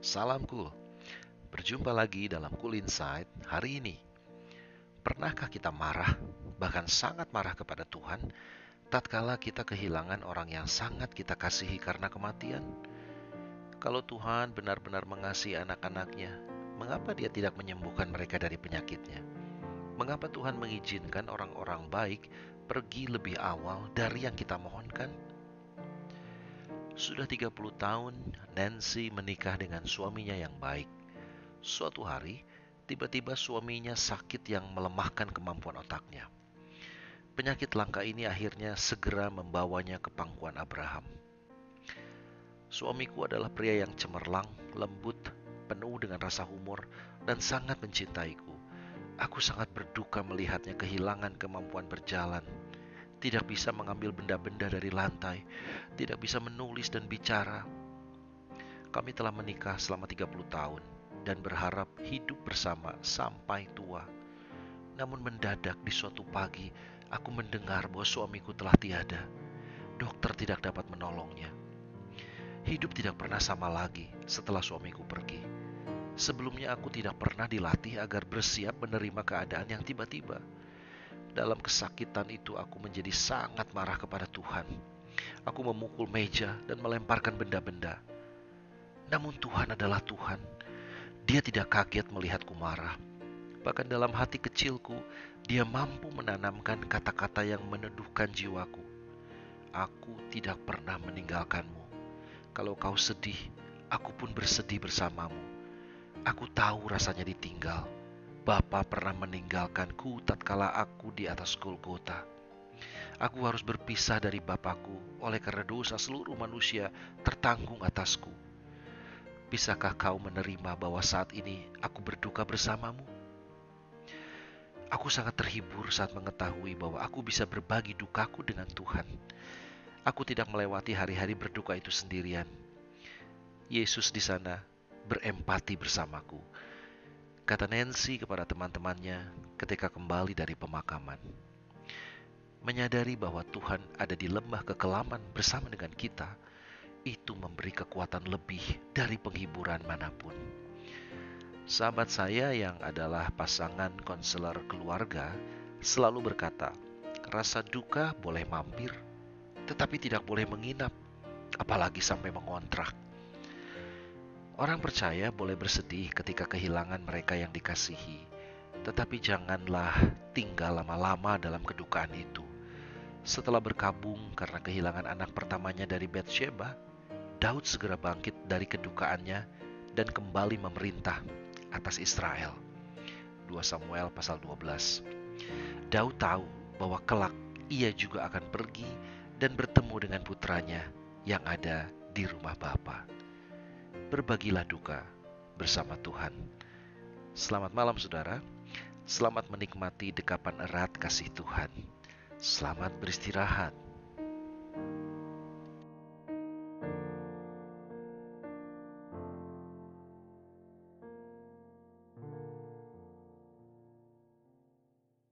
Salam Cool, berjumpa lagi dalam Cool Insight hari ini. Pernahkah kita marah, bahkan sangat marah kepada Tuhan, tatkala kita kehilangan orang yang sangat kita kasihi karena kematian? Kalau Tuhan benar-benar mengasihi anak-anaknya, mengapa Dia tidak menyembuhkan mereka dari penyakitnya? Mengapa Tuhan mengizinkan orang-orang baik pergi lebih awal dari yang kita mohonkan? Sudah 30 tahun Nancy menikah dengan suaminya yang baik. Suatu hari, tiba-tiba suaminya sakit yang melemahkan kemampuan otaknya. Penyakit langka ini akhirnya segera membawanya ke pangkuan Abraham. Suamiku adalah pria yang cemerlang, lembut, penuh dengan rasa humor, dan sangat mencintaiku. Aku sangat berduka melihatnya kehilangan kemampuan berjalan, tidak bisa mengambil benda-benda dari lantai, tidak bisa menulis dan bicara. Kami telah menikah selama 30 tahun dan berharap hidup bersama sampai tua. Namun mendadak di suatu pagi, aku mendengar bahwa suamiku telah tiada. Dokter tidak dapat menolongnya. Hidup tidak pernah sama lagi setelah suamiku pergi. Sebelumnya aku tidak pernah dilatih agar bersiap menerima keadaan yang tiba-tiba. Dalam kesakitan itu aku menjadi sangat marah kepada Tuhan. Aku memukul meja dan melemparkan benda-benda. Namun Tuhan adalah Tuhan. Dia tidak kaget melihatku marah. Bahkan dalam hati kecilku, Dia mampu menanamkan kata-kata yang meneduhkan jiwaku. Aku tidak pernah meninggalkanmu. Kalau kau sedih, aku pun bersedih bersamamu. Aku tahu rasanya ditinggal. Bapa pernah meninggalkanku tatkala aku di atas Golgota. Aku harus berpisah dari Bapakku oleh karena dosa seluruh manusia tertanggung atasku. Bisakah kau menerima bahwa saat ini aku berduka bersamamu? Aku sangat terhibur saat mengetahui bahwa aku bisa berbagi dukaku dengan Tuhan. Aku tidak melewati hari-hari berduka itu sendirian. Yesus di sana berempati bersamaku, kata Nancy kepada teman-temannya ketika kembali dari pemakaman. Menyadari bahwa Tuhan ada di lembah kekelaman bersama dengan kita, itu memberi kekuatan lebih dari penghiburan manapun. Sahabat saya yang adalah pasangan konselor keluarga selalu berkata, rasa duka boleh mampir, tetapi tidak boleh menginap, apalagi sampai mengontrak. Orang percaya boleh bersedih ketika kehilangan mereka yang dikasihi, tetapi janganlah tinggal lama-lama dalam kedukaan itu. Setelah berkabung karena kehilangan anak pertamanya dari Batsheba, Daud segera bangkit dari kedukaannya dan kembali memerintah atas Israel. 2 Samuel pasal 12. Daud tahu bahwa kelak ia juga akan pergi dan bertemu dengan putranya yang ada di rumah Bapa. Berbagilah duka bersama Tuhan. Selamat malam saudara. Selamat menikmati dekapan erat kasih Tuhan. Selamat beristirahat.